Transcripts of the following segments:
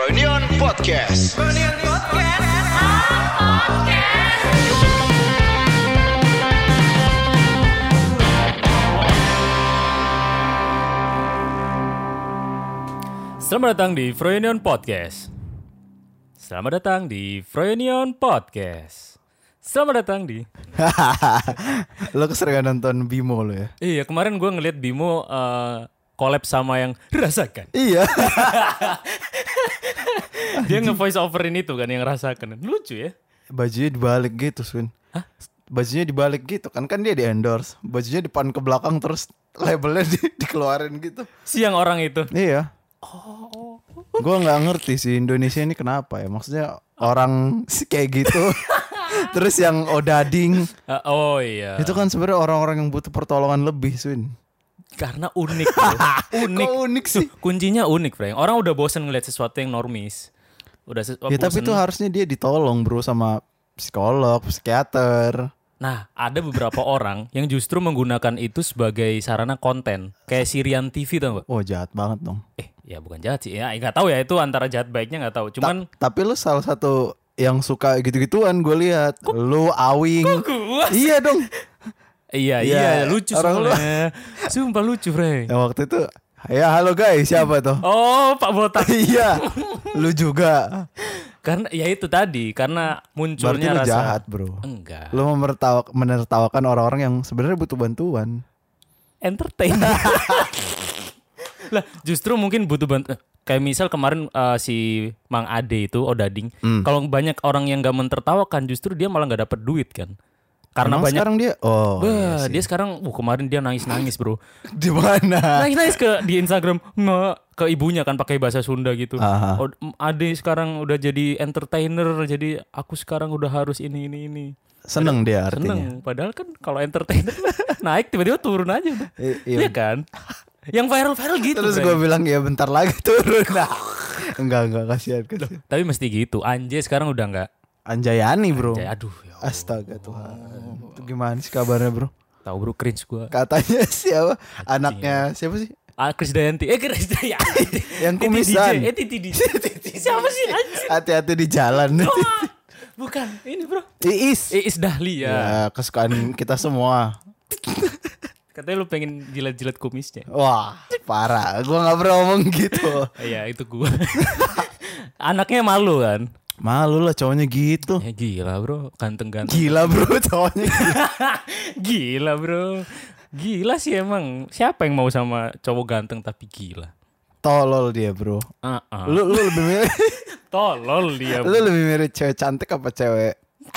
Froynion Podcast. Selamat datang di Froynion Podcast. Selamat datang di Froynion Podcast. Selamat datang di. Lo keseringan nonton Bimo lo ya? Iya, kemarin gue ngeliat Bimo collab sama yang Rasakan. Iya. Dia nge-voice overin itu kan yang Rasakan. Lucu ya. Bajunya dibalik gitu, Sun. Hah? Bajunya dibalik gitu kan dia di endorse. Bajunya depan ke belakang terus labelnya dikeluarin gitu. Si yang orang itu. Iya. Gue nggak ngerti sih Indonesia ini kenapa ya. Maksudnya orang kayak gitu. Terus yang odading. Oh iya. Itu kan sebenarnya orang-orang yang butuh pertolongan lebih, Sun. Karena unik bro. Unik. Kok unik sih? Kuncinya unik, Frank. Orang udah bosen ngeliat sesuatu yang normis. Ya tapi itu harusnya dia ditolong bro sama psikolog, psikiater. Nah, ada beberapa orang yang justru menggunakan itu sebagai sarana konten. Kayak Sirian TV tau gak? Oh jahat banget dong. Ya bukan jahat sih. Ya gak tahu ya, itu antara jahat baiknya gak tahu. Cuman Tapi lu salah satu yang suka gitu-gituan gue lihat. Lu Awing. gua? Iya dong. Iya, lucu orang soalnya. Sumpah lucu, Frank. Yang waktu itu ya halo guys, siapa tuh? Oh, Pak Botak. Iya. Lu juga. Karena ya itu tadi, karena munculnya Berarti lu rasa jahat, bro. Enggak. Lu menertawakan orang-orang yang sebenarnya butuh bantuan. Entertain. Lah, justru mungkin butuh bantuan. Kayak misal kemarin si Mang Ade itu Odading. Kalau banyak orang yang gak mentertawakan, justru dia malah gak dapet duit kan. Karena Emang banyak sekarang dia iya dia sekarang kemarin dia nangis-nangis, bro. di mana? Nangis di Instagram ke ibunya kan pakai bahasa Sunda gitu. Aha. Ade sekarang udah jadi entertainer, jadi aku sekarang udah harus ini. Seneng dia artinya. Seneng. Padahal kan kalau entertainer naik tiba-tiba turun aja udah. Iya kan? Yang viral gitu. Terus Bray. gue bilang ya bentar lagi turun. Enggak kasihan. Tapi mesti gitu. Anjay sekarang udah enggak. Anjayani bro. Aduh. Ya Allah. Astaga Tuhan. Itu gimana sih kabarnya bro? Tahu bro, cringe gua. Katanya siapa? Anaknya siapa sih? Krisdayanti. Krisdayanti. Yang kumisan. Titi DJ. Siapa sih anjir? Hati-hati di jalan. Bukan, ini bro. Iis Dahlia. ya kesukaan kita semua. Katanya lu pengen jilat-jilat kumisnya. Wah parah. Gua gak pernah ngomong gitu. Iya itu gua. Anaknya malu kan. Malu lah cowoknya gitu. Ya gila bro, ganteng-ganteng. Gila bro cowoknya gila. Gila bro. Gila sih emang. Siapa yang mau sama cowok ganteng tapi gila? Tolol dia bro. Lu lebih mirip. Tolol dia bro. Lu lebih mirip cewek cantik apa cewek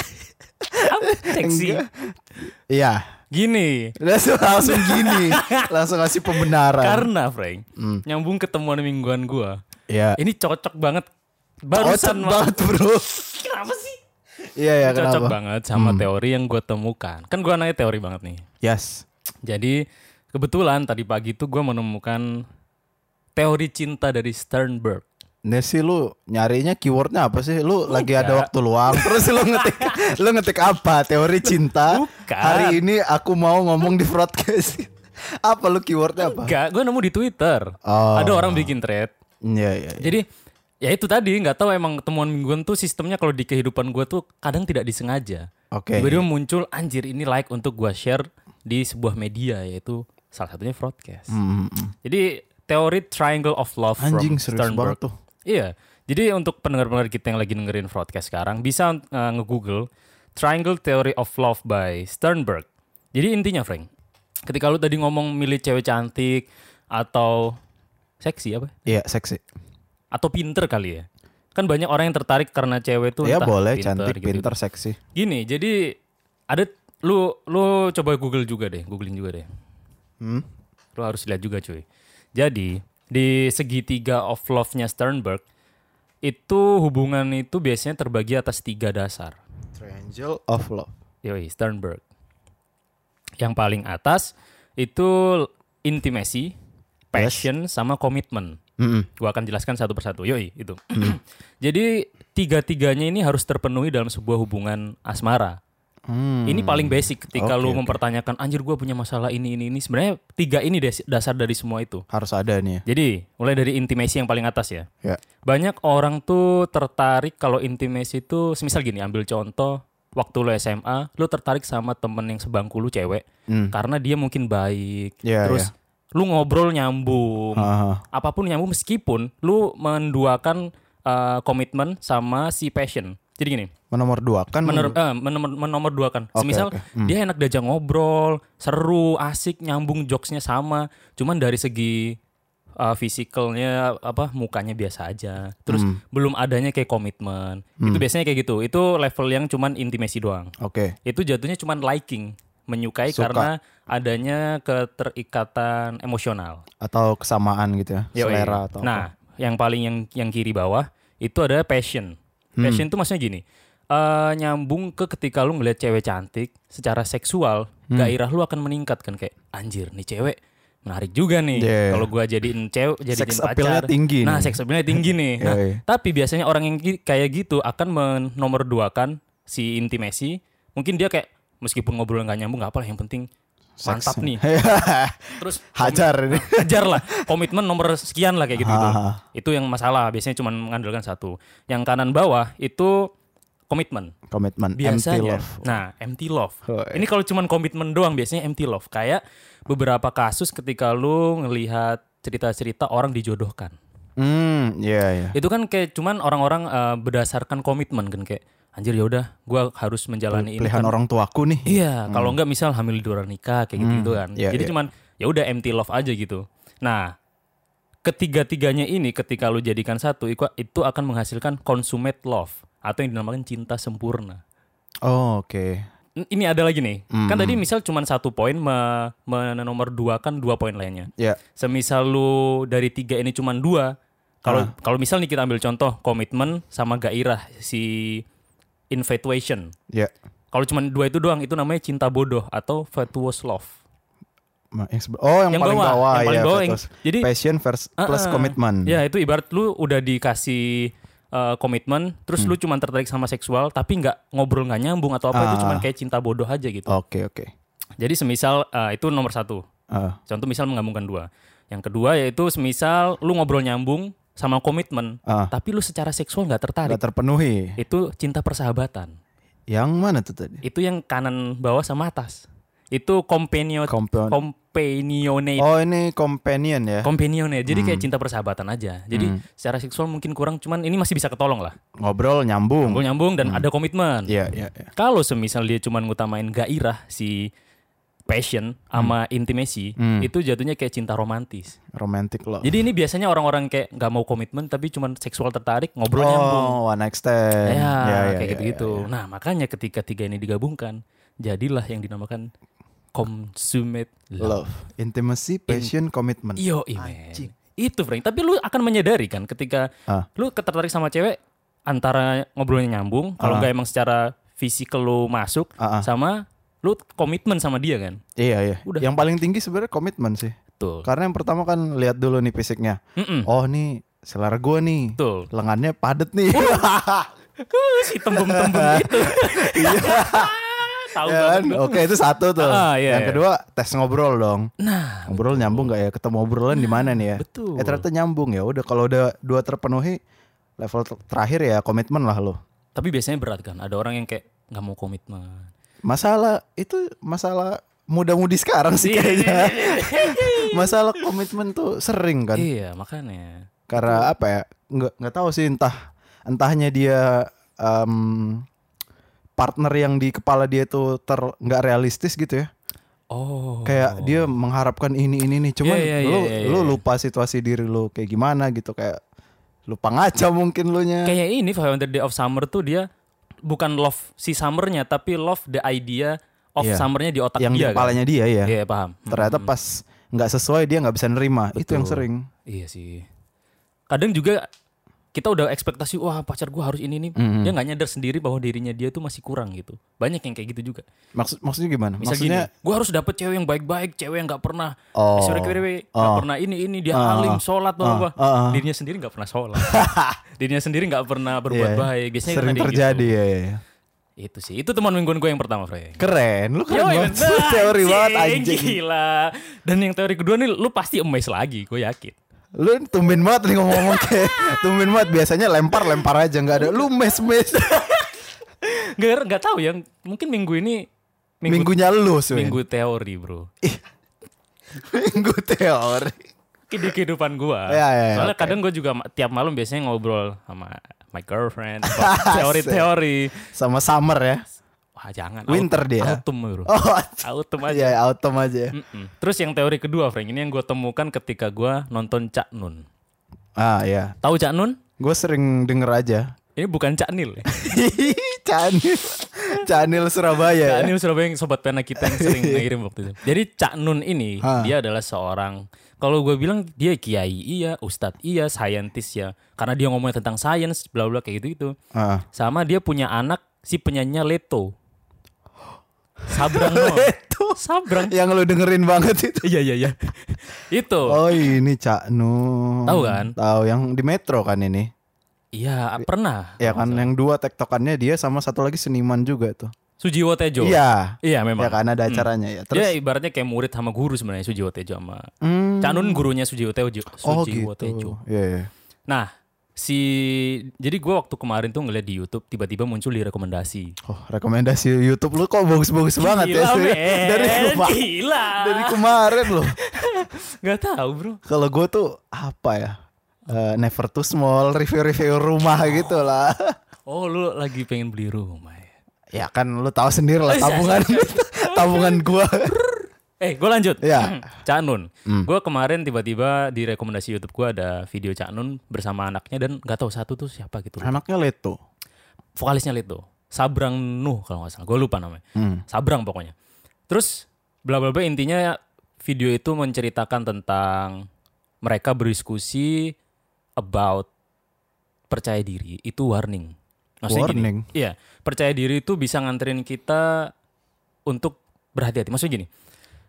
Seksi. Enggak. Iya. Gini. Langsung gini. Langsung ngasih pembenaran. Karena Frank nyambung ketemuan mingguan gua. Iya. Ini cocok banget. Cocok banget bro. Kenapa sih? Iya Cocok kenapa? banget sama teori yang gue temukan. Kan gue anaknya teori banget nih. Yes. Jadi kebetulan tadi pagi tuh gue menemukan teori cinta dari Sternberg. Nesi lu nyarinya keywordnya apa sih? Lu lagi Bukan. ada waktu luang terus lu ngetik apa? Teori cinta. Bukan. Hari ini aku mau ngomong di broadcast. Apa lu keywordnya apa? Enggak, gue nemu di Twitter. Oh. Ada orang bikin thread. Iya. Jadi ya itu tadi nggak tahu emang temuan mingguan tuh sistemnya kalau di kehidupan gue tuh kadang tidak disengaja. Oke. Tiba-tiba muncul anjir ini like untuk gue share di sebuah media yaitu salah satunya broadcast. Jadi teori Triangle of Love Anjing from serius Sternberg. banget tuh. Iya. Jadi untuk pendengar-pendengar kita yang lagi dengerin broadcast sekarang bisa nge-google Triangle Theory of Love by Sternberg. Jadi intinya Frank, ketika lu tadi ngomong milih cewek cantik atau seksi apa? Iya, seksi. Atau pinter kali ya. Kan banyak orang yang tertarik karena cewek tuh Ya entah boleh pinter, cantik, gitu. pinter, seksi. Gini, jadi ada lu coba googling juga deh. Lu harus lihat juga cuy. Jadi di segitiga of love-nya Sternberg itu hubungan itu biasanya terbagi atas 3 dasar. Triangle of Love. Yoi, Sternberg. Yang paling atas itu intimacy, passion, sama komitmen. Gua akan jelaskan satu persatu. Yoi, itu. Jadi 3-3-nya ini harus terpenuhi dalam sebuah hubungan asmara. Ini paling basic ketika lu Oke. mempertanyakan anjir gue punya masalah ini. Sebenarnya 3 ini dasar dari semua itu. Harus ada nih ya. Jadi mulai dari intimasi yang paling atas ya. Ya. Banyak orang tuh tertarik kalau intimasi itu semisal gini, ambil contoh waktu lu SMA, lu tertarik sama temen yang sebangku lu cewek karena dia mungkin baik. Iya, Terus lu ngobrol nyambung. Apapun nyambung meskipun lu menduakan komitmen sama si passion. Jadi gini, Menomorduakan. menomorduakan. Oke, Semisal oke. dia enak diajak ngobrol, seru, asik, nyambung jokesnya sama. Cuman dari segi fisikalnya mukanya biasa aja. Terus belum adanya kayak komitmen. Itu biasanya kayak gitu. Itu level yang cuman intimasi doang. Oke. Itu jatuhnya cuman liking, menyukai Suka. karena adanya keterikatan emosional. Atau kesamaan gitu ya. Yoi. Selera atau Nah, yang paling yang kiri bawah itu ada passion. Passion itu maksudnya gini, nyambung ke ketika lu ngeliat cewek cantik secara seksual, gairah lu akan meningkat kan, kayak anjir nih cewek menarik juga nih. Yeah. Kalau gua jadiin jadiin Sex pacar. appeal-nya tinggi Nah, nih. sex appeal-nya tinggi nih. Nah, Yoi. tapi biasanya orang yang kayak gitu akan menomorduakan si intimasi. Mungkin dia kayak meskipun ngobrol nggak nyambung nggak apa lah, yang penting mantap nih. Terus Hajar ini. hajar lah, komitmen nomor sekian lah kayak gitu. Itu yang masalah, biasanya cuma mengandalkan satu. Yang kanan bawah itu komitmen. Komitmen. Empty Biasanya. love. Nah, empty love. Oh, Ini kalau cuma komitmen doang biasanya empty love. Kayak beberapa kasus ketika lu ngelihat cerita-cerita orang dijodohkan. Iya. Itu kan kayak cuman orang-orang berdasarkan komitmen kan, kayak anjir ya udah gua harus menjalani ini Pilihan kan. orang tuaku nih. Iya, kalau enggak misal hamil di luar nikah kayak gitu kan. Iya, Jadi iya. cuman ya udah empty love aja gitu. Nah, ketiga-tiganya ini ketika lu jadikan satu itu akan menghasilkan consummate love atau yang dinamakan cinta sempurna. Oh, oke. Ini ada lagi nih. Kan tadi misal cuman 1 poin menomorduakan 2 poin lainnya. Ya. Semisal lu dari 3 ini cuman 2, kalau misal nih kita ambil contoh komitmen sama gairah si infatuation. Ya. Kalau cuma 2 itu doang, itu namanya cinta bodoh atau fatuous love. Yang paling bawah yang paling ya. bawah. Fetus. Jadi Passion plus komitmen. ya itu ibarat lu udah dikasih komitmen, terus lu cuma tertarik sama seksual, tapi nggak ngobrol, nggak nyambung atau apa, itu cuma kayak cinta bodoh aja gitu. Oke. Jadi semisal itu nomor 1. Contoh misal menggabungkan 2. Yang kedua yaitu semisal lu ngobrol nyambung sama komitmen, tapi lu secara seksual nggak tertarik. Gak terpenuhi. Itu cinta persahabatan. Yang mana tuh tadi? Itu yang kanan bawah sama atas. Itu companionate. Oh, ini companion ya. Companionate. Jadi kayak cinta persahabatan aja. Jadi secara seksual mungkin kurang, cuman ini masih bisa ketolong lah. Ngobrol nyambung. Nyambung dan ada komitmen. Iya. Kalau semisal dia cuman ngutamain gairah si passion sama intimacy, itu jatuhnya kayak cinta romantis. Romantic love. Jadi ini biasanya orang-orang kayak nggak mau komitmen tapi cuman seksual tertarik, ngobrol nyambung. Oh, one night stand. Kayak gitu-gitu. Nah, makanya ketika 3 ini digabungkan, jadilah yang dinamakan consummate love. Intimacy, passion, commitment. Yo, itu Frank. Tapi lu akan menyadari kan ketika lu tertarik sama cewek, antara ngobrolnya nyambung, kalau nggak emang secara fisikal lu masuk, sama lu komitmen sama dia kan. Iya. Udah. Yang paling tinggi sebenarnya komitmen sih. Betul. Karena yang pertama kan lihat dulu nih fisiknya. Oh, nih selera gue nih. Betul. Lengannya padet nih. Si tembem-tembem gitu. Tahu Ya kan? banget. Oke, itu satu tuh. Iya, Yang kedua tes ngobrol dong. Nah, Ngobrol nyambung gak ya? Ketemu obrolan di mana nih ya? betul. Ternyata nyambung ya. Udah kalau udah 2 terpenuhi, level terakhir ya komitmen lah lo. Tapi biasanya berat kan. Ada orang yang kayak nggak mau komitmen. Masalah muda-mudi sekarang sih kayaknya. Masalah komitmen tuh sering kan. Iya, makanya. Karena apa ya? Nggak tahu sih, entahnya dia partner yang di kepala dia tuh nggak realistis gitu ya. Oh. Kayak dia mengharapkan ini nih, cuman lu lupa situasi diri lu kayak gimana gitu, kayak lupa ngaca mungkin lu nya. Kayak ini 500 Days of Summer tuh dia bukan love si summernya, tapi love the idea of summernya di otak yang dia. Yang di kepalanya dia ya. Iya, paham. Ternyata pas nggak sesuai dia nggak bisa nerima. Betul. Itu yang sering. Iya sih. Kadang juga kita udah ekspektasi, wah pacar gue harus ini nih. Dia nggak nyadar sendiri bahwa dirinya dia tuh masih kurang gitu. Banyak yang kayak gitu juga. Maksudnya gimana? Maksudnya gue harus dapet cewek yang baik-baik, cewek yang nggak pernah nggak pernah ini dia alim, sholat apa. Dirinya sendiri nggak pernah sholat. Dirinya sendiri nggak pernah berbuat baik. Biasanya sering karena dia terjadi gitu. ya. Itu sih. Itu teman mingguan gue yang pertama, Frank. Keren, lu keren Yoi, banget. Teori banget anjing. Gila. Dan yang teori kedua nih lu pasti amazed lagi, gue yakin. Lu tumben banget nih ngomong kayak tumben banget. Biasanya lempar aja nggak ada. Lu mes. Gak tahu ya. Mungkin minggu ini Minggunya lu sih. minggu teori, bro. Minggu teori. Di kehidupan gue. Ya, Soalnya oke. kadang gue juga tiap malam biasanya ngobrol sama my girlfriend. Teori-teori. Sama summer ya. Wah jangan. Winter dia. Autumn, bro. Oh, Autumn aja. iya autumn aja. Terus yang teori kedua, Frank, ini yang gue temukan ketika gue nonton Cak Nun. Ah iya. Tahu Cak Nun? Gue sering denger aja. Ini bukan Cak Nil. Canil Surabaya. Cak Nil Surabaya yang sobat pena kita yang sering ngirim waktu itu. Jadi Cak Nun ini dia adalah seorang, kalau gue bilang dia kiai iya, ustadz iya, saintis ya. Karena dia ngomongnya tentang sains, bla bla kayak gitu. Sama dia punya anak si penyanyinya Leto. Sabrang no. Sabrang. Yang lu dengerin banget itu. Iya. Itu. Oh ini Cak Nun. Tahu kan? Tahu yang di Metro kan ini. Iya pernah. Ya kan yang dua tektokannya dia sama satu lagi seniman juga tuh. Sujiwo Tejo. Iya. Iya memang. Ya kan ada acaranya ya. Dia ibaratnya kayak murid sama guru sebenarnya Sujiwo Tejo sama Cak Nun gurunya Sujiwo Tejo. Oh Sujiwo gitu. Tejo. Iya. Nah, jadi gue waktu kemarin tuh ngeliat di YouTube tiba-tiba muncul di rekomendasi. Oh rekomendasi YouTube lu kok bagus-bagus banget ya. Men. Gila. Gila. Dari kemarin loh. Gak tahu bro. Kalau gue tuh apa ya? Never too small, review-review rumah gitu lah. Oh lu lagi pengen beli rumah ya? Ya kan lu tahu sendiri lah tabungan gue. Gue lanjut. Ya. Cak Nun. Gue kemarin tiba-tiba di rekomendasi YouTube gue ada video Cak Nun bersama anaknya dan gak tahu satu tuh siapa gitu. Anaknya Leto. Vokalisnya Leto. Sabrang Nuh kalau gak salah. Gue lupa namanya. Sabrang pokoknya. Terus bla bla bla intinya video itu menceritakan tentang mereka berdiskusi about percaya diri itu warning. Maksudnya Warning? Gini, iya, percaya diri itu bisa nganterin kita untuk berhati-hati. Maksudnya gini,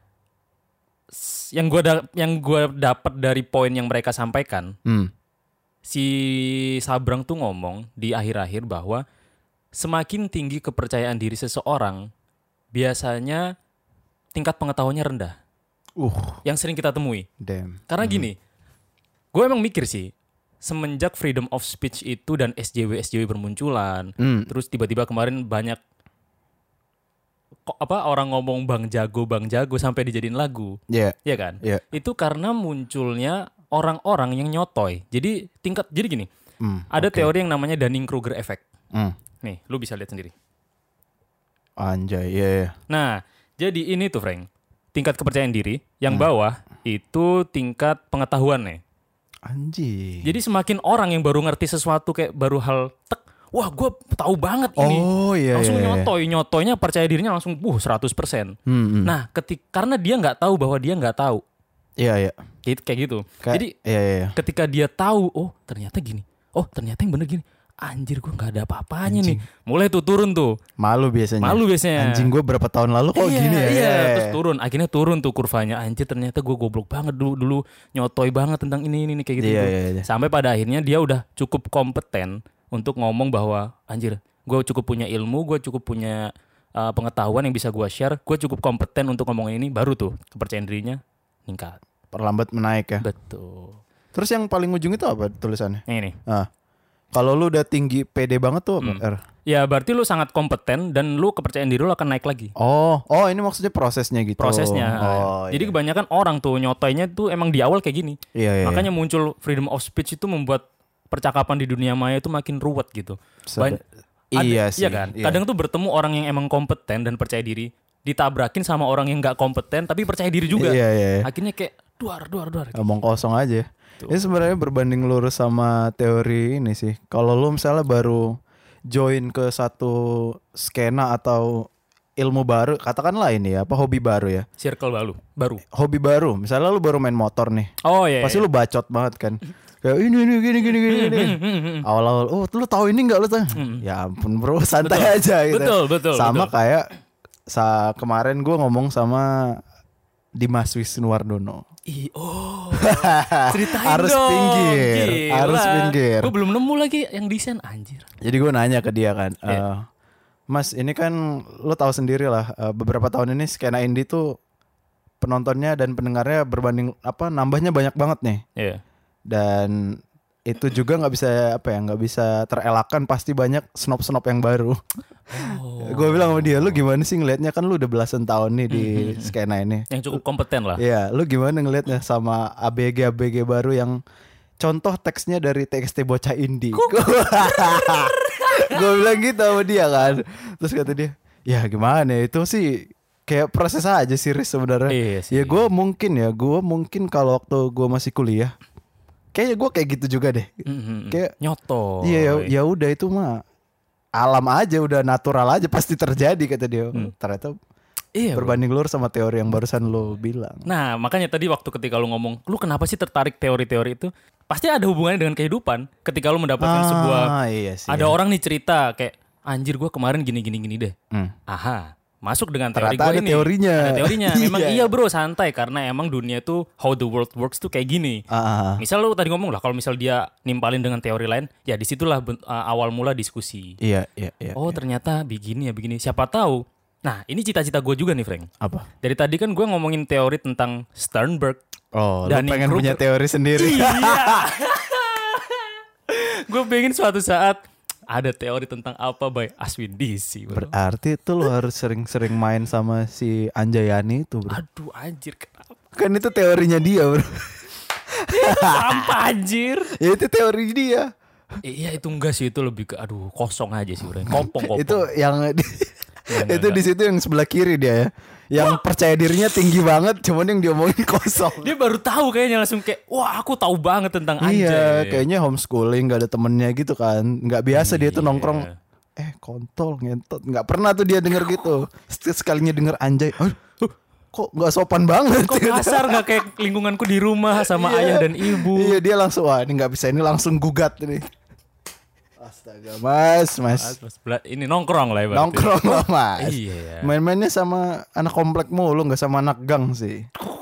yang gue dapat dari poin yang mereka sampaikan, si Sabrang tuh ngomong di akhir-akhir bahwa semakin tinggi kepercayaan diri seseorang, biasanya tingkat pengetahuannya rendah. Yang sering kita temui. Damn. Karena gini, gue emang mikir sih, semenjak freedom of speech itu dan SJW bermunculan, terus tiba-tiba kemarin banyak orang ngomong bang jago sampai dijadiin lagu, Iya. ya kan? Yeah. Itu karena munculnya orang-orang yang nyotoy. Jadi gini, ada teori yang namanya Dunning-Kruger effect. Nih, lu bisa lihat sendiri. Anjay, iya. Nah, jadi ini tuh Frank, tingkat kepercayaan diri yang bawah itu tingkat pengetahuan nih. Anjing. Jadi semakin orang yang baru ngerti sesuatu kayak baru hal wah gue tahu banget ini. Oh iya. Langsung iya. nyotoynya percaya dirinya langsung 100%. Nah, karena dia nggak tahu bahwa dia nggak tahu. Iya. Kayak gitu. Jadi iya. ketika dia tahu, oh ternyata gini. Oh ternyata yang bener gini. Anjir gue nggak ada apa-apanya nih. Mulai tuh turun tuh. Malu biasanya. Anjing gue berapa tahun lalu kok gini ya. Iya. Terus turun. Akhirnya turun tuh kurvanya. Anjir ternyata gue goblok banget dulu nyotoy banget tentang ini kayak gitu. Iya. Sampai pada akhirnya dia udah cukup kompeten untuk ngomong bahwa anjir gue cukup punya ilmu, gue cukup punya pengetahuan yang bisa gue share, gue cukup kompeten untuk ngomongin ini. Baru tuh kepercayaan dirinya meningkat. Perlambat menaik ya. Betul. Terus yang paling ujung itu apa tulisannya? Ini. Kalau lu udah tinggi pede banget tuh apa? Ya berarti lu sangat kompeten dan lu kepercayaan diri lu akan naik lagi. Oh ini maksudnya prosesnya gitu. Prosesnya. Iya. Jadi kebanyakan orang tuh nyotoynya tuh emang di awal kayak gini. Iya. Makanya muncul freedom of speech itu membuat percakapan di dunia maya itu makin ruwet gitu. Iya sih. Iya kan? Iya. Kadang tuh bertemu orang yang emang kompeten dan percaya diri, ditabrakin sama orang yang nggak kompeten tapi percaya diri juga. Iya. Akhirnya kayak duar. Ngomong kosong aja. Ini sebenarnya berbanding lurus sama teori ini sih. Kalau lu misalnya baru join ke satu skena atau ilmu baru, katakanlah ini ya, hobi baru ya. Circle baru. Hobi baru, misalnya lu baru main motor nih. Oh iya. Pasti lu bacot banget kan. Kayak ini gini. Awal-awal, lu tahu ini enggak lu tahu? Ya ampun bro, santai aja gitu. Betul. Sama kayak kemarin gue ngomong sama Dimas Wisnuwardono. Ceritain harus dong. Harus pinggir. Gue belum nemu lagi yang desain anjir. Jadi gue nanya ke dia kan, Mas, ini kan lo tahu sendiri lah, beberapa tahun ini skena indie tuh penontonnya dan pendengarnya berbanding nambahnya banyak banget nih. Iya. Dan itu juga nggak bisa terelakkan, pasti banyak snop-snop yang baru. Gue bilang sama dia, lu gimana sih ngelihatnya, kan lu udah belasan tahun nih di skena ini. Yang cukup kompeten lah. Iya, lu gimana ngelihatnya sama ABG baru yang contoh teksnya dari TXT bocah indie. Gue bilang gitu sama dia kan. Terus kata dia, ya gimana ya, itu sih kayak proses aja sih Riz sebenarnya. Iya sih. Ya gue mungkin kalau waktu gue masih kuliah, kayaknya gue kayak gitu juga deh. Kayak nyoto. Iya ya udah itu mah alam aja, udah natural aja pasti terjadi kata dia. Ternyata berbanding lurus sama teori yang barusan lo bilang. Nah makanya tadi waktu ketika lo ngomong, lu kenapa sih tertarik teori-teori itu? Pasti ada hubungannya dengan kehidupan. Ketika lo mendapatkan sebuah, iya sih, ada orang nih cerita kayak, anjir gue kemarin gini deh. Aha, masuk dengan teori gue ini. Teorinya. Ada teorinya. Memang iya bro, santai, karena emang dunia tuh how the world works tuh kayak gini. Misal lo tadi ngomong lah, kalau misal dia nimpalin dengan teori lain, ya disitulah awal mula diskusi. Iya. Oh ternyata begini ya begini. Siapa tahu. Nah ini cita-cita gue juga nih Frank. Apa? Dari tadi kan gue ngomongin teori tentang Sternberg. Oh, lo pengen punya teori sendiri. Iya. Gue pengen suatu saat ada teori tentang apa by Aswin DC, bro. Berarti itu lo harus sering-sering main sama si Anjayani itu, bro. Aduh anjir, kenapa? Kan itu teorinya dia, bro. Sampah anjir. Ya itu teori dia. Iya itu enggak sih, itu lebih ke aduh kosong aja sih, bro. Kopong. Itu yang itu di situ yang sebelah kiri dia ya. Yang percaya dirinya tinggi banget, cuman yang diomongin kosong. Dia baru tahu kayaknya, langsung kayak, wah aku tahu banget tentang anjay. Iya, kayaknya homeschooling, gak ada temennya gitu kan. Gak biasa dia tuh nongkrong, kontol, ngentot. Gak pernah tuh dia denger gitu. Sekalinya denger anjay, kok gak sopan banget. Kok kasar, gak kayak lingkunganku di rumah sama ayah dan ibu. Iya, dia langsung, wah ini gak bisa, ini langsung gugat ini. Astaga, mas. Ini nongkrong lah ya. Nongkrong lah mas. Iya. Main-mainnya sama anak komplek mulu, nggak sama anak gang sih.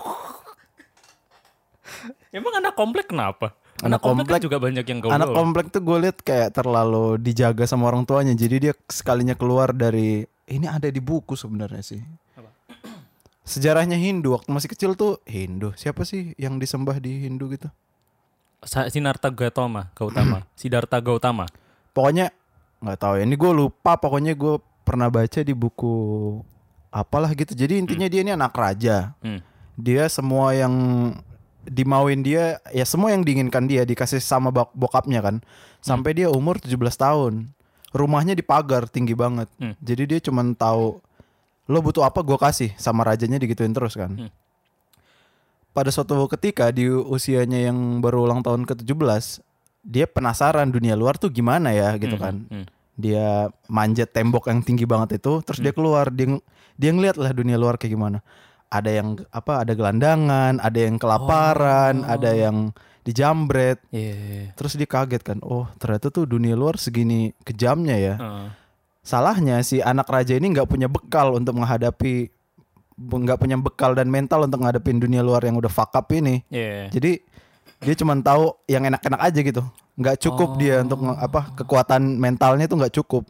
Emang anak komplek kenapa? Anak komplek kan juga banyak yang gaul. Anak komplek tuh gue liat kayak terlalu dijaga sama orang tuanya. Jadi dia sekalinya keluar dari, ini ada di buku sebenarnya sih. Apa? Sejarahnya Hindu, waktu masih kecil tuh Hindu. Siapa sih yang disembah di Hindu gitu? Siddhartha Gautama. Pokoknya nggak tahu ya. Ini gue lupa. Pokoknya gue pernah baca di buku apalah gitu. Jadi intinya dia ini anak raja. Dia semua yang dimauin dia, ya semua yang diinginkan dia dikasih sama bokapnya kan. Sampai dia umur 17 tahun. Rumahnya dipagar tinggi banget. Jadi dia cuma tahu lo butuh apa gue kasih, sama rajanya digituin terus kan. Pada suatu ketika di usianya yang baru ulang tahun ke-17, dia penasaran dunia luar tuh gimana ya gitu kan. Dia manjat tembok yang tinggi banget itu, terus dia keluar, dia ngeliat lah dunia luar kayak gimana. Ada yang ada gelandangan, ada yang kelaparan, ada yang dijambret. Terus dia kaget kan, oh ternyata tuh dunia luar segini kejamnya ya. Salahnya si anak raja ini nggak punya bekal untuk menghadapi, nggak punya bekal dan mental untuk ngadepin dunia luar yang udah fuck up ini. Jadi dia cuma tahu yang enak-enak aja gitu. Nggak cukup dia untuk kekuatan mentalnya tuh nggak cukup.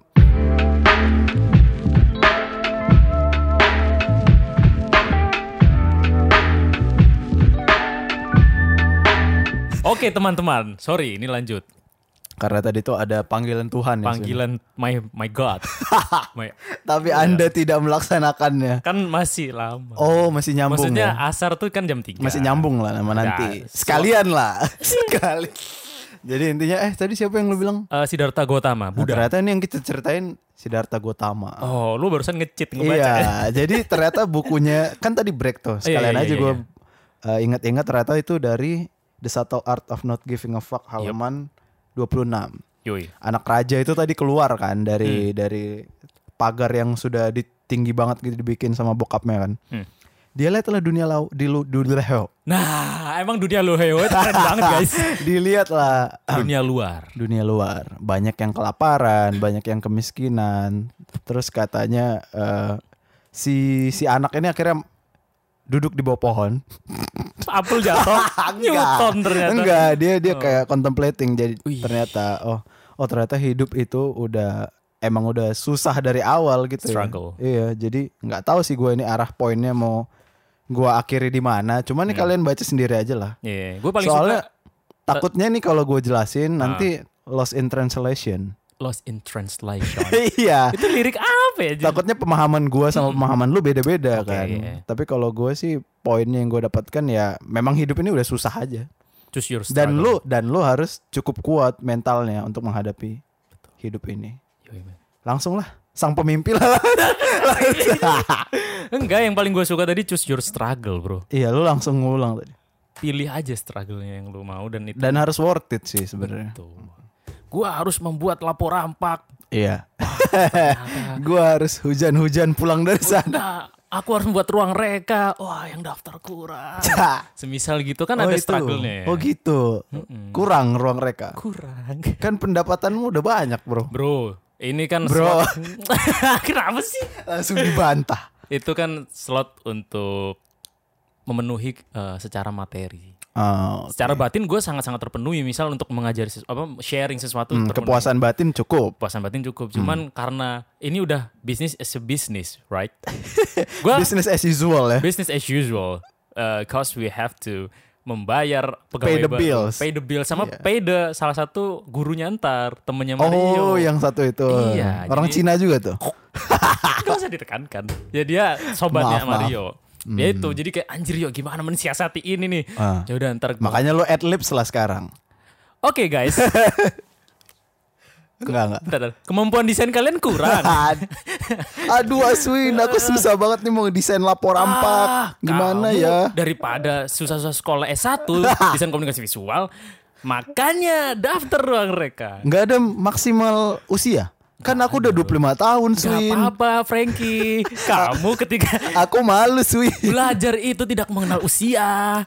Oke teman-teman, sorry ini lanjut. Karena tadi tuh ada panggilan Tuhan. Panggilan my God. Tapi Anda tidak melaksanakannya. Kan masih lama. Oh masih nyambung. Maksudnya ya? asar tuh kan jam 3. Masih nyambung lah nama nanti. Sekalian lah. Sekali. Jadi intinya tadi siapa yang lu bilang? Siddhartha Gautama, Buddha. Ternyata ini yang kita ceritain Siddhartha Gautama. Oh lu barusan nge-cheat ngebaca. Iya jadi ternyata bukunya kan tadi break tuh. Sekalian aja gue ingat-ingat ternyata itu dari The Subtle Art of Not Giving a Fuck halaman 26. Yui. Anak raja itu tadi keluar kan dari pagar yang sudah tinggi banget gitu dibikin sama bokapnya kan. Dia lihatlah dunia luar. Nah, emang dunia luar keren banget guys. Dilihatlah dunia luar. Dunia luar. Banyak yang kelaparan, banyak yang kemiskinan. Terus katanya si anak ini akhirnya duduk di bawah pohon. Apel jatuh. Newton ternyata. Enggak, dia kayak contemplating. Jadi ternyata ternyata hidup itu udah emang udah susah dari awal gitu. Struggle. Ya. Iya, jadi nggak tahu sih gue ini arah poinnya mau gue akhiri di mana. Cuman nih kalian baca sendiri aja lah. Iya, gue paling Soalnya suka takutnya nih kalau gue jelasin nanti lost in translation. Lost in Translation. Iya. Itu lirik apa ya? Takutnya pemahaman gue sama pemahaman lu beda-beda Oke, kan. iya. Tapi kalau gue sih poinnya yang gue dapatkan ya memang hidup ini udah susah aja. Choose your struggle. Dan lu harus cukup kuat mentalnya untuk menghadapi hidup ini. Yoi, man. Langsung lah sang pemimpi lah. Enggak, yang paling gue suka tadi choose your struggle, bro. Iya, lu langsung ngulang tadi. Pilih aja struggle-nya yang lu mau dan itu. Dan harus worth it sih sebenarnya. Tuh. Gua harus membuat lapor rampak. Iya. Gua harus hujan-hujan pulang dari sana. Nah, aku harus membuat ruang reka. Wah, yang daftar kurang. Semisal gitu kan ada itu. struggle-nya. Oh gitu. Kurang ruang reka. Kurang. Kan pendapatanmu udah banyak, Bro. Bro, ini kan Bro. slot. Kenapa sih? Langsung dibantah. Itu kan slot untuk memenuhi secara materi. Oh, Secara batin gue sangat-sangat terpenuhi. Misal untuk mengajari sharing sesuatu terpenuhi. kepuasan batin cukup. Kepuasan batin cukup. Cuman karena ini udah business as a business, right? Gua Business as usual ya. business as usual. Cause we have to membayar Pay the baru, bills. pay the bill sama Iya. pay the salah satu gurunya ntar, temennya Mario. Oh, yang satu itu. Iya, Orang jadi- Cina juga tuh. Gak usah ditekankan. Ya dia sobatnya Maaf. Mario. Ya itu, jadi kayak anjir yuk gimana mensiasati ini nih. Ah. Ya udah ntar. Makanya lu adlibs lah sekarang. Oke guys. Enggak. Bentar. Kemampuan desain kalian kurang. Aduh Aswin, aku susah banget nih mau desain lapor rampak. Gimana Kamu ya? Daripada susah-susah sekolah S1 desain komunikasi visual, makanya daftar ruang reka. Nggak ada maksimal usia. Kan aku udah 25 tahun, Gak Swin. apa-apa Frankie. Kamu ketika Aku malu, Swin. belajar itu tidak mengenal usia.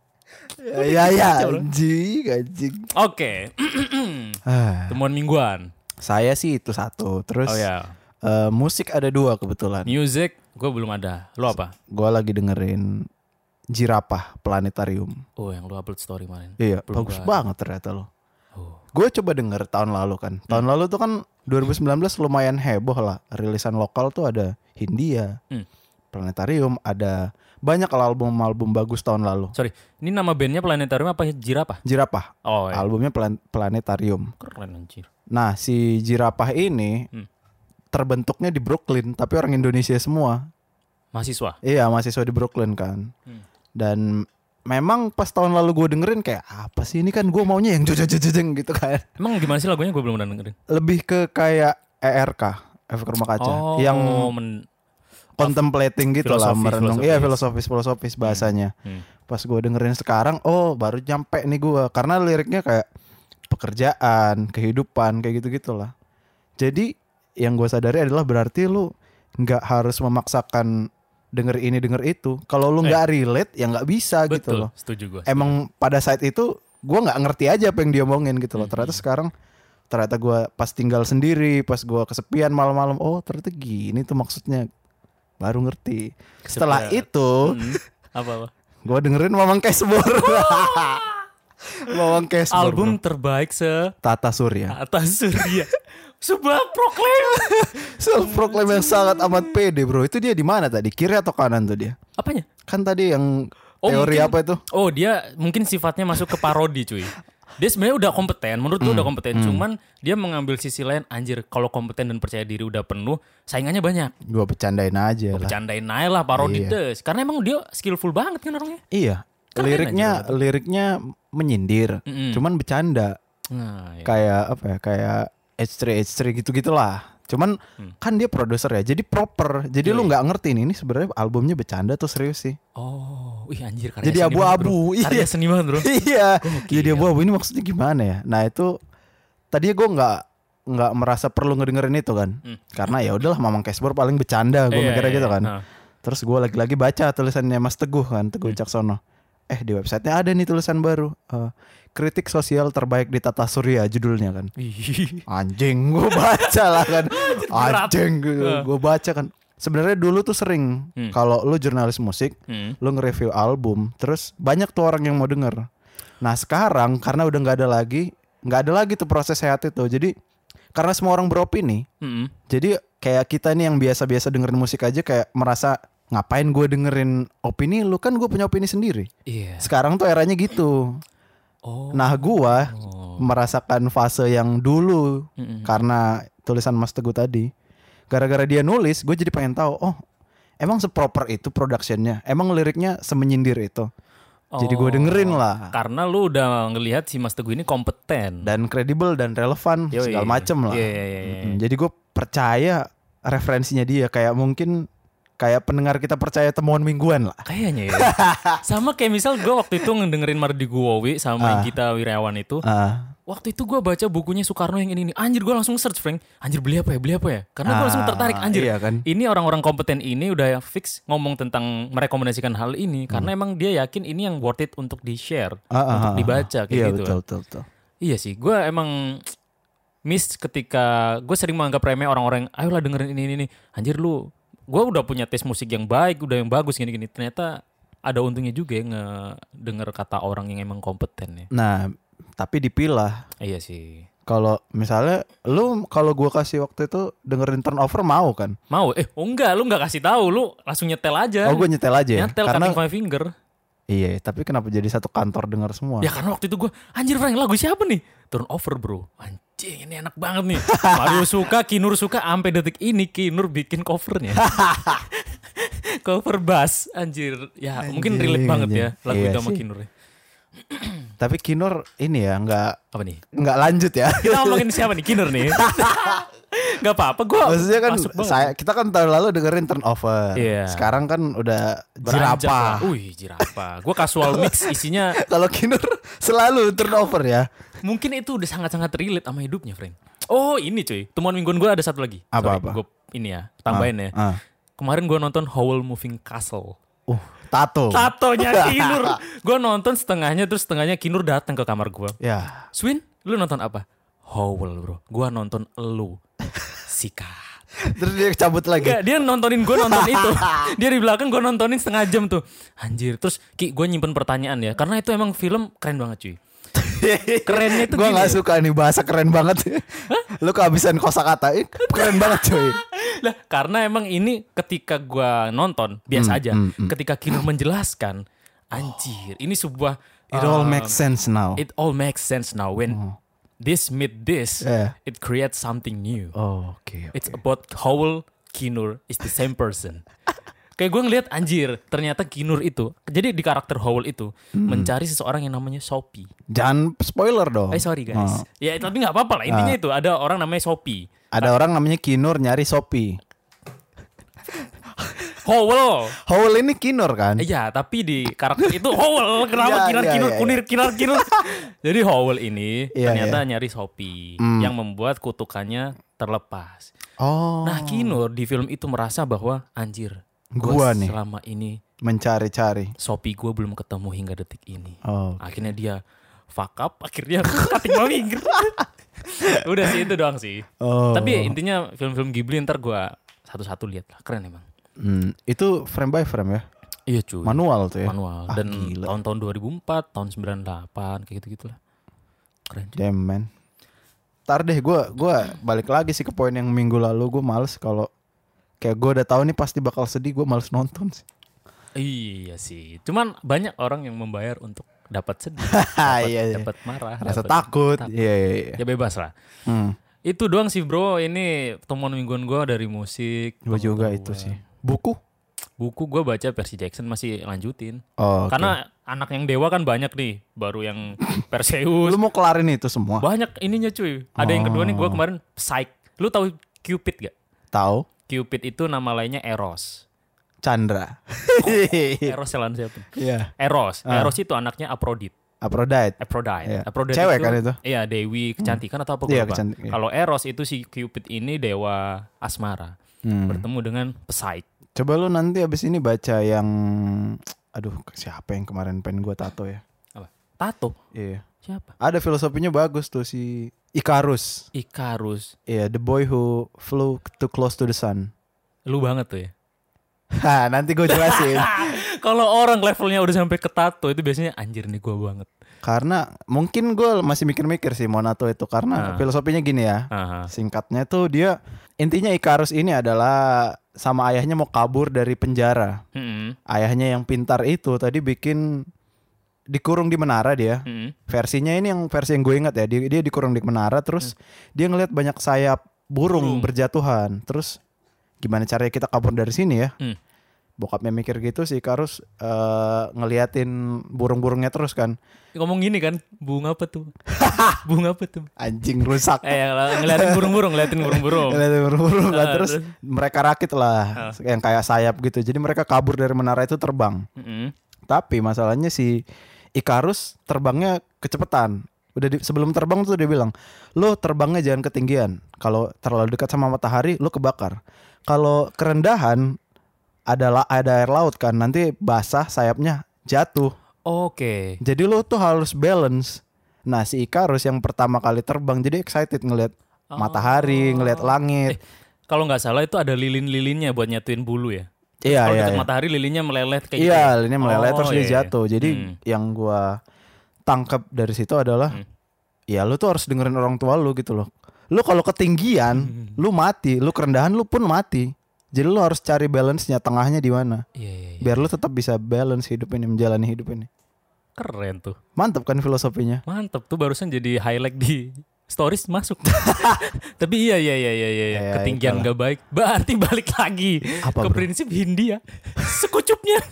Ya, anjing. Oke. Ah, Temuan mingguan. Saya sih itu satu. Terus Oh ya. musik ada 2 kebetulan. Music gue belum ada. Lo apa? Gua lagi dengerin Jirapah Planetarium. Oh yang lo upload story kemarin. Iya, Belum bagus gua- banget ternyata lo. Oh. Gue coba denger tahun lalu kan. Tahun lalu tuh kan 2019 lumayan heboh lah. Rilisan lokal tuh ada Hindia, Planetarium, ada banyak album-album bagus tahun lalu. Sorry, ini nama bandnya Planetarium apa Jirapah? Jirapah, Oh ya. albumnya Planetarium. Keren anjir. Nah si Jirapah ini terbentuknya di Brooklyn, tapi orang Indonesia semua. Mahasiswa. Iya, mahasiswa di Brooklyn kan. Dan memang pas tahun lalu gue dengerin kayak apa sih ini kan gue maunya yang jeng gitu kan. Emang gimana sih lagunya gue belum pernah dengerin. Lebih ke kayak ERK, efek rumah kaca, Oh, yang contemplating gitu lah, filosofis, merenung. filosofis. Iya, filosofis bahasanya. Pas gue dengerin sekarang, oh baru nyampe nih gue, karena liriknya kayak pekerjaan, kehidupan, kayak gitu-gitulah. Jadi yang gue sadari adalah berarti lu nggak harus memaksakan denger ini denger itu. Kalau lu nggak relate, ya nggak bisa gitu betul, loh. setuju gue. Emang pada saat itu gue nggak ngerti aja apa yang dia omongin gitu loh. Ternyata sekarang gue pas tinggal sendiri, pas gue kesepian malam-malam, oh ternyata gini tuh maksudnya, baru ngerti. Setelah Kesepian. itu Apa? gue dengerin Mamang Cashbor. Mamang Cashbor, Album bro. terbaik Tata Surya. atas surya. Sebuah proklaim. Self proclaim yang sangat amat pede, bro. Itu dia di mana tadi? Kiri atau kanan tuh dia? Apanya? Kan tadi yang Oh, teori mungkin- apa itu? Oh dia mungkin sifatnya masuk ke parodi cuy. Dia sebenarnya udah kompeten, menurut gue udah kompeten. Cuman dia mengambil sisi lain, anjir kalau kompeten dan percaya diri udah penuh, saingannya banyak. Gue bercandain aja lah. Bercandain aja lah parodi Iya. des. Karena emang dia skillful banget kan orangnya. Iya. Keren Liriknya menyindir, cuman bercanda. Nah, ya. Kayak apa ya? Kayak H3 gitu-gitulah. Cuman kan dia produser ya, jadi proper. Jadi lu nggak ngerti ini sebenarnya albumnya bercanda atau serius sih. Oh, wih anjir karya Jadi seni banget, abu-abu, bro. iya. Karya seni banget bro. Iya. Jadi abu-abu ini maksudnya gimana ya? Nah itu tadinya gue nggak merasa perlu ngedengerin itu kan, karena ya udahlah Mamang Cashbor paling bercanda, gue Iya, mikirnya iya, gitu kan. nah. Terus gue lagi-lagi baca tulisannya Mas Teguh kan, Teguh Caksono. Di websitenya ada nih tulisan baru, kritik sosial terbaik di Tata Surya judulnya kan. Ih. Anjing, gue baca lah kan. berat. Anjing, gue baca kan. Sebenarnya dulu tuh sering kalau lu jurnalis musik, lu nge-review album, terus banyak tuh orang yang mau denger. Nah sekarang karena udah nggak ada lagi tuh proses sehat itu. Jadi karena semua orang beropini. Jadi kayak kita nih yang biasa-biasa dengerin musik aja kayak merasa ngapain gue dengerin opini lu, kan gue punya opini sendiri. Iya. Sekarang tuh eranya gitu. Nah gue merasakan fase yang dulu karena tulisan Mas Teguh tadi. Gara-gara dia nulis, gue jadi pengen tahu, oh emang seproper itu productionnya, emang liriknya semenyindir itu. Jadi gue dengerin lah. Karena lu udah ngelihat si Mas Teguh ini kompeten Dan kredibel dan relevan segala macem lah. Jadi gue percaya referensinya dia, kayak mungkin kayak pendengar kita percaya temuan mingguan lah. Kayaknya ya. Sama kayak misal gue waktu itu ngedengerin Mardi Guwowi sama Gita Wirjawan itu. Waktu itu gue baca bukunya Soekarno yang ini. Anjir, gue langsung search, Frank. Anjir, beli apa ya? Karena gue langsung tertarik. Anjir, iya kan? Ini orang-orang kompeten ini udah fix ngomong tentang merekomendasikan hal ini. Karena emang dia yakin ini yang worth it untuk di-share. Untuk dibaca kayak gitu. Iya betul. Iya sih, gue emang miss ketika gue sering menganggap remeh orang-orang yang, ayolah dengerin ini. Anjir lu, gue udah punya taste musik yang baik, udah yang bagus gini-gini. Ternyata ada untungnya juga ya ngedenger kata orang yang emang kompeten ya. Nah, tapi dipilah. Iya sih. Kalau misalnya lu, kalau gue kasih waktu itu dengerin Turnover mau kan? Mau? Enggak, lu nggak kasih tahu, lu langsung nyetel aja. Oh, gue nyetel aja ya. Nyetel karena Cutting Five Finger. Iya, tapi kenapa jadi satu kantor denger semua? Ya karena waktu itu gue, anjir Frank, lagu siapa nih? Turnover bro. Anjing, ini enak banget nih. Mario suka, Kinur suka, sampai detik ini Kinur bikin covernya. Cover bass, anjir. Ya mungkin relate banget ya lagu itu sama Kinur. Tapi Kinur ini ya nggak apa nih? Nggak lanjut ya. Kita ngomongin siapa nih, Kinur nih? Gak apa-apa, gue maksudnya kan kita kan tahun lalu dengerin Turnover. Iya. Sekarang kan udah Beranjak Jirapa. Wih, Jirapa. Gue casual mix isinya. Kalau Kinur selalu Turnover ya. Mungkin itu udah sangat-sangat relate sama hidupnya, Frank. Oh ini cuy, temuan mingguan gue ada satu lagi. Apa? Gue ini ya, tambahin ya. Kemarin gue nonton Howl Moving Castle. Tatonya Kinur. Gue nonton setengahnya, terus setengahnya Kinur datang ke kamar gue. Ya. Swin, lu nonton apa? Howl bro. Gue nonton elu. Sikat. Terus dia cabut lagi. Gak, dia nontonin gue nonton itu. Dia di belakang, gue nontonin setengah jam tuh. Anjir. Terus Ki, gue nyimpen pertanyaan ya, karena itu emang film keren banget cuy. Kerennya itu gue gak suka nih bahasa keren banget. Lu kehabisan kosakata. Keren banget cuy. Lah karena emang ini ketika gue nonton biasa aja. Ketika Kinur menjelaskan, anjir, ini sebuah It all makes sense now. It all makes sense now when this meet this, it creates something new. Okay. It's about Howl Kinur is the same person. Kayak gue ngeliat anjir, ternyata Kinur itu, jadi di karakter Howl itu mencari seseorang yang namanya Sophie. Jangan spoiler dong. Sorry guys. Ya tapi nggak apa-apa lah. Intinya itu ada orang namanya Sophie. Ada orang namanya Kinur nyari Sophie. Howl ini Kinur kan? Iya, tapi di karakter itu Howl. Kenapa Kinur? Jadi Howl ini ternyata nyari Sophie yang membuat kutukannya terlepas. Nah Kinur di film itu merasa bahwa anjir, gua nih selama ini mencari-cari Sophie gue belum ketemu hingga detik ini. Akhirnya dia fuck up, akhirnya cutting finger. Udah sih itu doang sih. Tapi intinya film-film Ghibli ntar gue satu-satu lihat lah, keren emang. Itu frame by frame ya? Iya cuy. Manual tuh ya? Manual. Dan tahun-tahun 2004, tahun 98 kayak gitu-gitu lah. Keren cuy. Damn man. Ntar deh gue balik lagi sih ke poin yang minggu lalu. Gue males kalau kayak gue udah tahu nih pasti bakal sedih, gue males nonton sih. Iya sih. Cuman banyak orang yang membayar untuk dapat sedih, dapat marah, rasa takut. Iya. Ya bebas lah. Itu doang sih bro. Ini temuan mingguan gue dari musik. Gue juga itu sih. Buku gue baca Percy Jackson masih lanjutin. Karena anak yang dewa kan banyak nih. Baru yang Perseus. Lu mau kelarin itu semua? Banyak ininya cuy. Ada yang kedua nih gue kemarin Psyche. Lu tahu Cupid gak? Tahu. Cupid itu nama lainnya Eros. Chandra. Eros jalan siapa? Iya. Eros itu anaknya Aphrodite. Yeah. Aphrodite cewek itu, kan itu? Iya, dewi kecantikan atau apa gue lupa. Kalau Eros itu si Cupid ini dewa asmara. Bertemu dengan Psyche. Coba lu nanti abis ini baca yang siapa yang kemarin pengen gue tato ya? Apa? Tato? Iya. Siapa? Ada filosofinya bagus tuh si Icarus. Iya, the boy who flew too close to the sun. Lu banget tuh ya. Nanti gue jelasin. Kalau orang levelnya udah sampai ke tato itu biasanya anjir nih gue banget. Karena mungkin gue masih mikir-mikir sih Monato itu. Karena filosofinya gini ya. Singkatnya tuh dia, intinya Icarus ini adalah sama ayahnya mau kabur dari penjara. Ayahnya yang pintar itu tadi bikin dikurung di menara dia. Versinya ini yang versi yang gue ingat ya. Dia dikurung di menara, terus dia ngeliat banyak sayap burung berjatuhan. Terus gimana caranya kita kabur dari sini ya? Bokapnya mikir gitu sih, Icarus ngeliatin burung-burungnya terus kan. Ngomong gini kan, bunga apa tuh? Bunga apa tuh? Anjing rusak. Ngeliatin burung-burung. Ngeliatin burung-burung kan. Terus mereka rakit lah yang kayak sayap gitu. Jadi mereka kabur dari menara itu terbang. Tapi masalahnya si Icarus terbangnya kecepatan. Sebelum terbang tuh dia bilang, lo terbangnya jangan ketinggian. Kalau terlalu dekat sama matahari, lo kebakar. Kalau kerendahan ada air laut kan, nanti basah sayapnya jatuh. Oke. Jadi lo tuh harus balance. Nah si Icarus yang pertama kali terbang jadi excited ngelihat matahari, ngelihat langit. Kalau nggak salah itu ada lilin-lilinnya buat nyatuin bulu ya. Iya. Kalau dekat matahari lilinnya melelet kayak gitu. Iya, lilinnya melelet terus dia jatuh. Jadi yang gua tangkap dari situ adalah ya lo tuh harus dengerin orang tua lo gitu loh. Lo kalau ketinggian, lo mati. Lo kerendahan, lo pun mati. Jadi lo harus cari balance-nya, tengahnya di mana. Iya. Biar lo tetap bisa balance hidup ini, menjalani hidup ini. Keren tuh. Mantap kan filosofinya? Mantap tuh, barusan jadi highlight di stories masuk. Tapi iya. Ketinggian itulah. gak baik. Berarti balik lagi Apa, ke bro? prinsip Hindia. Sekucupnya.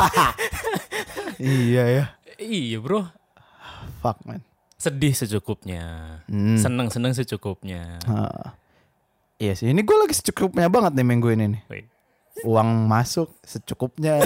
Iya ya. Iya bro. Fuck man. Sedih secukupnya. Seneng secukupnya. Iya sih, ini gue lagi secukupnya banget nih minggu ini nih. Uang masuk secukupnya.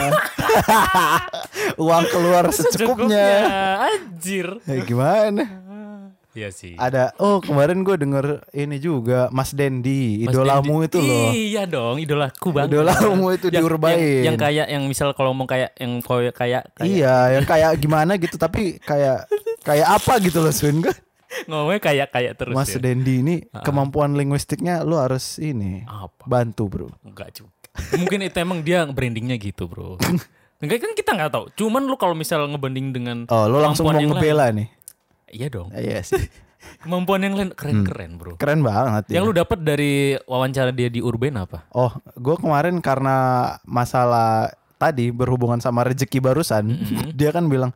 Uang keluar secukupnya. Anjir. Gimana? Iya sih. Ada, kemarin gue denger ini juga Mas Dendi, idolamu itu loh. Iya dong, idolaku banget. Idolamu itu diurbain. Yang kayak, yang misal kalau ngomong kayak yang kayak. Iya, yang kayak gimana gitu, tapi kayak apa gitu loh Swin gue. Ngomongnya kayak terus. Mas ya. Dendi ini kemampuan linguistiknya lu harus ini Apa? bantu bro. Enggak juga. Mungkin itu emang dia brandingnya gitu bro. Enggak kan kita nggak tahu. Cuman lu kalau misal ngebanding dengan Lu langsung mau ngebela nih. Iya dong. Iya sih. Kemampuan yang lain keren bro. Keren banget. Yang lu dapat dari wawancara dia di Urban apa? Gue kemarin karena masalah tadi berhubungan sama rezeki barusan, dia kan bilang,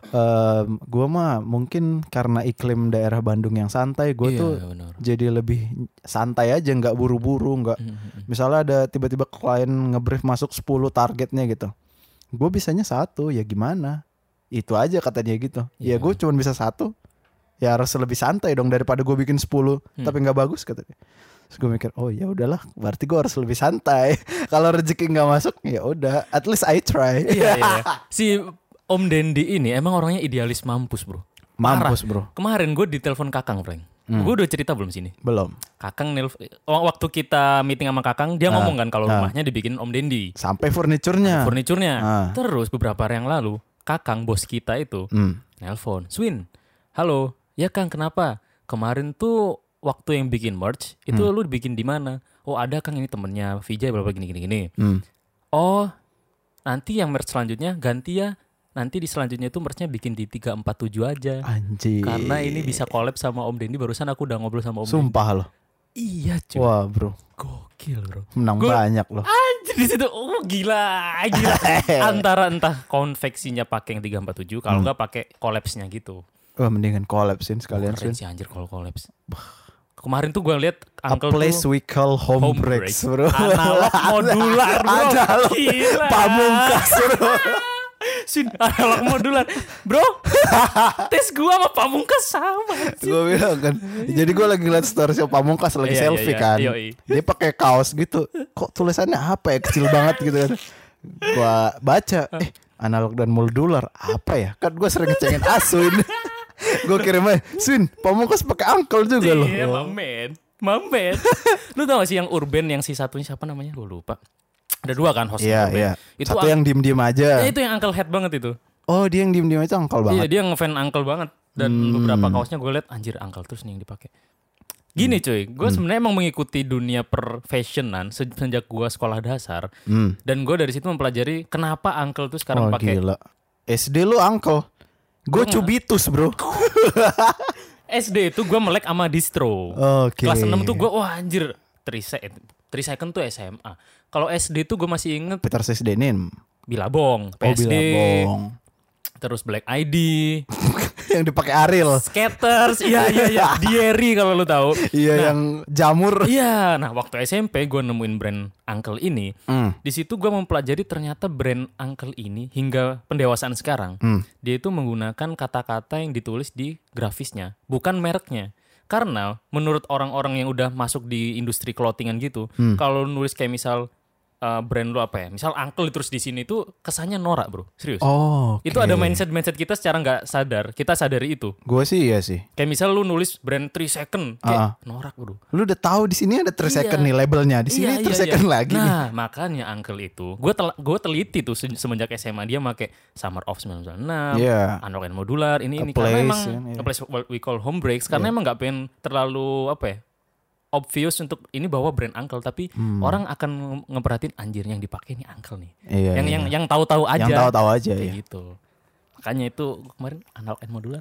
gue mah mungkin karena iklim daerah Bandung yang santai, gue tuh bener. jadi lebih santai aja, nggak buru-buru, nggak. Misalnya ada tiba-tiba klien ngebrief masuk 10 targetnya gitu, gue bisanya 1, ya gimana? Itu aja kata dia gitu. Ya gue cuma bisa 1, ya harus lebih santai dong daripada gue bikin 10 tapi nggak bagus kata dia. Terus gue mikir, oh ya udahlah, berarti gue harus lebih santai. Kalau rezeki nggak masuk, ya udah, at least I try. Iya. Si Om Dendi ini emang orangnya idealis mampus bro. Mampus bro. Kemarin gue ditelepon Kakang Frank. Gue udah cerita belum sini? Belum. Kakang waktu kita meeting sama Kakang, dia ngomong kan kalau rumahnya dibikin Om Dendi. Sampai furniturnya. Terus beberapa hari yang lalu, Kakang bos kita itu nelpon, Swin, halo, ya Kang kenapa? Kemarin tuh waktu yang bikin merch itu lu bikin di mana? Oh ada Kang, ini temennya Vijay berapa gini. Oh nanti yang merch selanjutnya ganti ya. Nanti di selanjutnya itu merchnya bikin di 347 aja. Anjir. Karena ini bisa collab sama Om Dendi. Barusan aku udah ngobrol sama Om Dendi. Sumpah loh. Iya cuy. Wah bro. Gokil bro. Menang banyak loh. Anjir di situ. Gila. Antara entah konveksinya pakai yang 347, kalau nggak pakai collabsnya gitu. Wah mendingan collabsin sekalian. Keren sih anjir kalau collabs. Kemarin tuh gue liat A Uncle place tuh we call home breaks bro. analog modular bro. Analog Gila. Pamungkas bro. Sin analog modular bro. Tes gue sama Pamungkas sama. Gue bilang kan. Jadi gue lagi ngeliat story Pamungkas lagi selfie kan. Dia pakai kaos gitu. Kok tulisannya apa ya, kecil banget gitu kan. Gue baca analog dan modular apa ya? Kan gue sering ngecengin Asun. Gue kirim aja, Swin, Pamungkas pakai Uncle juga loh. Iya, mamen. Lu tau gak sih yang Urban yang si satunya siapa namanya? Gue lupa. Ada 2 kan hostnya. Iya. Itu satu yang diem-diem aja. Itu yang Uncle Head banget itu. Oh dia yang diem-diem aja Uncle banget. Iya dia ngefan Uncle banget. Dan beberapa kaosnya gue liat anjir Uncle terus nih yang dipakai. Gini cuy, gue sebenarnya emang mengikuti dunia perfashionan sejak gue sekolah dasar. Dan gue dari situ mempelajari kenapa Uncle tuh sekarang pakai. Gila. SD lu Uncle. Gue cubitus bro. SD itu gue melek sama distro. Oke. Kelas 6 tuh gue wah anjir 3 second tuh SMA. Kalau SD tuh gue masih inget Peter Sesdenin. Bilabong, PSD, Billabong. terus Black ID, Yang dipakai Ariel. Skaters, iya Diary kalau lu tahu. Iya, Nah, yang jamur. iya, nah waktu SMP gue nemuin brand Uncle ini. Di situ gue mempelajari ternyata brand Uncle ini hingga pendewasaan sekarang, dia itu menggunakan kata-kata yang ditulis di grafisnya, bukan mereknya. Karena menurut orang-orang yang udah masuk di industri clothingan gitu, kalau nulis kayak misal brand lu apa ya, misal Uncle terus di sini tuh kesannya norak bro, serius. Oh, Itu ada mindset kita secara nggak sadar, kita sadari itu. Gue sih iya sih. Kayak misal lu nulis brand 3 second, kayak norak bro. Lu udah tahu di sini ada 3 second nih labelnya, di sini 3 second lagi nih. Nah makanya Uncle itu, gue teliti tuh semenjak SMA dia make Summer of 1996, Analog and Modular, ini karena emang A Place What We Call Home Breaks, karena emang nggak pengen terlalu apa ya, obvious untuk ini bawa brand Uncle, tapi orang akan ngeperhatiin anjir yang dipakai ini Uncle nih. Yang tahu-tahu aja. Yang tahu-tahu aja kayak ya. gitu. Makanya itu kemarin Analog and Modular.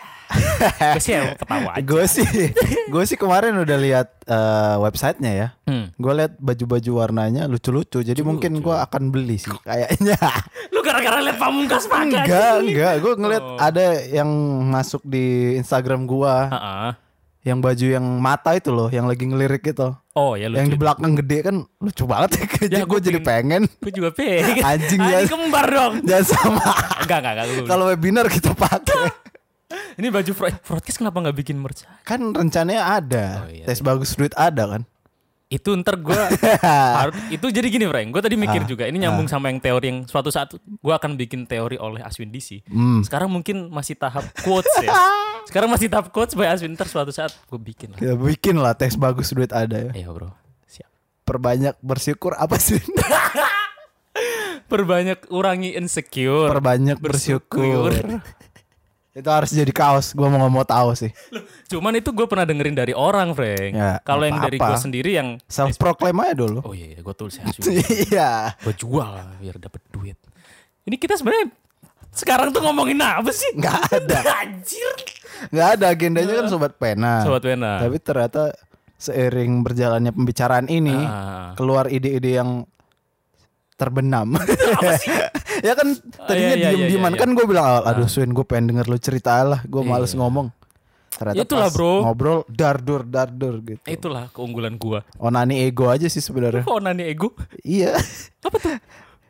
Gue sih ketawa aja. Gue sih kemarin udah lihat websitenya ya. Gue lihat baju-baju warnanya lucu-lucu. Jadi mungkin gue akan beli sih kayaknya. Lu gara-gara lihat Pamungkas pakai. Enggak. Gue ngeliat ada yang masuk di Instagram gue. Yang baju yang mata itu loh, yang lagi ngelirik gitu. Oh ya lucu. Yang di belakang gede kan lucu banget ya. Kayaknya gue jadi pengen. Gue juga pengen. Anjing ya. Ini kembar dong. Jangan sama. Enggak. Kalau webinar kita pakai. Ini baju broadcast kenapa nggak bikin merch? Kan rencananya ada. Tes bagus duit ada kan. Itu ntar gue itu jadi gini Frank, gue tadi mikir juga ini nyambung sama yang teori yang suatu saat gue akan bikin teori oleh Aswin DC. Sekarang mungkin masih tahap quotes ya. Sekarang masih tahap quotes by Aswin, ntar suatu saat gue bikin lah. Kita bikin lah tes bagus duit ada ya. Iya bro, siap. Perbanyak bersyukur apa sih? Perbanyak urangi insecure. Perbanyak bersyukur. Itu harus jadi kaos. Gue mau tahu sih. Cuman itu gue pernah dengerin dari orang, Frank. Ya, kalau yang dari gue sendiri yang self proclaim aja dulu. Oh iya, gue tulis ya. Iya. Gue jual lah biar dapet duit. Ini kita sebenarnya sekarang tuh ngomongin apa sih? Nggak ada. Anjir. Nggak ada, agendanya kan sobat pena. Sobat pena. Tapi ternyata seiring berjalannya pembicaraan ini keluar ide-ide yang terbenam. Apa sih? Ya kan tadinya diem-dieman kan gue bilang aduh Swin gue pengen denger lu cerita lah, gue males ngomong. Ternyata itulah, pas bro. Ngobrol dardur gitu. Itulah keunggulan gue. Onani ego aja sih sebenarnya. Onani ego? Iya. Apa tuh?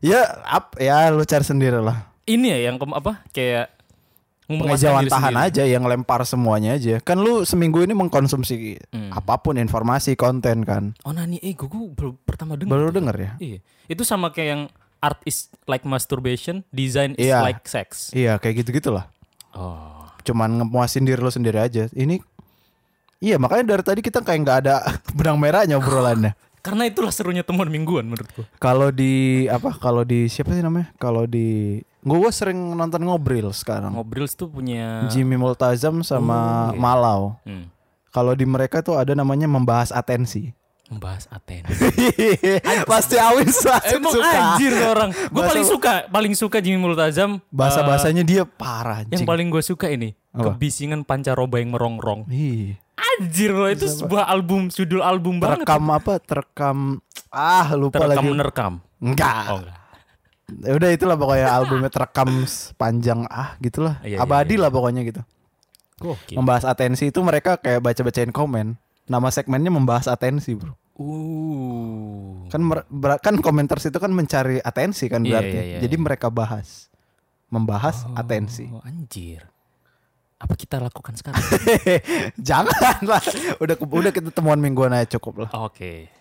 Ya lu cari sendiri lah. Ini ya yang kayak pengejauhan tahan aja, yang lempar semuanya aja. Kan lu seminggu ini mengkonsumsi apapun informasi, konten kan. Onani ego gue pertama dengar. Baru denger ya? Iya. Itu sama kayak yang art is like masturbation, design is like sex. Iya, kayak gitu-gitulah. Oh. Cuman ngepuasin diri lu sendiri aja. Ini iya, makanya dari tadi kita kayak nggak ada benang merahnya obrolannya. Karena itulah serunya temuan mingguan menurutku. Kalau di siapa sih namanya? Kalau di gue sering nonton Ngobril sekarang. Ngobril tuh punya Jimmy Multazam sama Malau. Kalau di mereka tuh ada namanya membahas atensi. Membahas atensi. Pasti Awin emang suka. Anjir orang. Gue paling suka Jimmy Multazam. Bahasa-bahasanya dia parah. Yang paling gue suka ini kebisingan pancaroba yang merongrong. Anjir loh, itu sebuah judul album banget. Terekam lupa lagi. Menerkam. Enggak. Oh enggak. Udah itulah pokoknya albumnya terekam panjang gitulah. Abadi lah pokoknya gitu. Membahas atensi itu mereka kayak baca-bacain komen. Nama segmennya membahas atensi, bro. Kan komentar situ kan mencari atensi kan berarti. Jadi mereka membahas atensi. Anjir. Apa kita lakukan sekarang? Jangan lah. Udah kita temuan mingguan aja cukup lah. Oke.